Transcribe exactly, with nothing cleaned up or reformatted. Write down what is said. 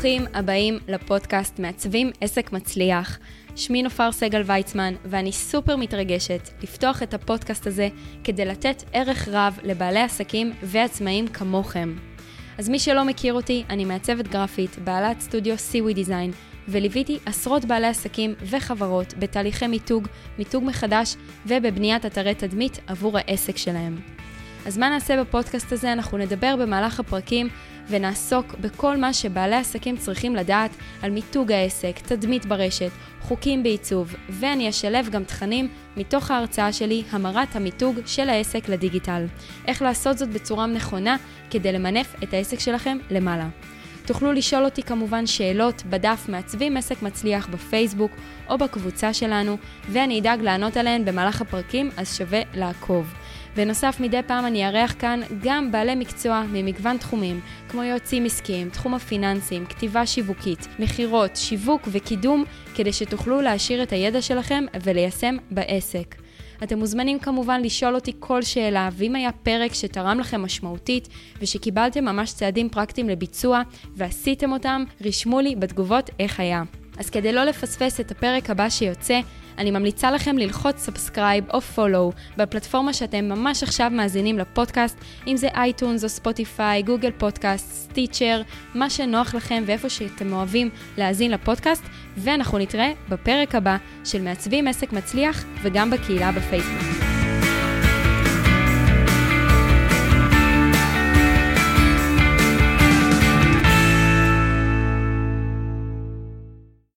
ברוכים הבאים לפודקאסט מעצבים עסק מצליח. שמי נופר סגל ויצמן, ואני סופר מתרגשת לפתוח את הפודקאסט הזה כדי לתת ערך רב לבעלי עסקים ועצמאים כמוכם. אז מי שלא מכיר אותי, אני מעצבת גרפית, בעלת סטודיו סיווי דיזיין, וליוויתי עשרות בעלי עסקים וחברות בתהליכי מיתוג, מיתוג מחדש ובבניית אתרי תדמית עבור העסק שלהם. אז מה נעשה בפודקאסט הזה? אנחנו נדבר במהלך הפרקים ונעסוק בכל מה שבעלי עסקים צריכים לדעת על מיתוג העסק, תדמית ברשת, חוקים בעיצוב, ואני אשלב גם תכנים מתוך ההרצאה שלי, המרת המיתוג של העסק לדיגיטל. איך לעשות זאת בצורה נכונה כדי למנף את העסק שלכם למעלה. תוכלו לשאול אותי כמובן שאלות בדף מעצבים עסק מצליח בפייסבוק או בקבוצה שלנו, ואני אדאג לענות עליהן במהלך הפרקים, אז שווה לעקוב. בנוסף, מדי פעם אני ארח כאן גם בעלי מקצוע ממגוון תחומים, כמו יועצים עסקיים, תחום הפיננסים, כתיבה שיווקית, מחירות, שיווק וקידום, כדי שתוכלו להשאיר את הידע שלכם וליישם בעסק. אתם מוזמנים כמובן לשאול אותי כל שאלה, ואם היה פרק שתרם לכם משמעותית ושקיבלתם ממש צעדים פרקטיים לביצוע ועשיתם אותם, רשמו לי בתגובות איך היה. אז כדי לא לפספס את הפרק הבא שיוצא, אני ממליצה לכם ללחוץ סאבסקרייב או פולו בפלטפורמה שאתם ממש עכשיו מאזינים לפודקאסט, אם זה אייטונס או ספוטיפיי, גוגל פודקאסט, סטיצ'ר, מה שנוח לכם ואיפה שאתם אוהבים להאזין לפודקאסט, ואנחנו נתראה בפרק הבא של מעצבים עסק מצליח וגם בקהילה בפייסבוק.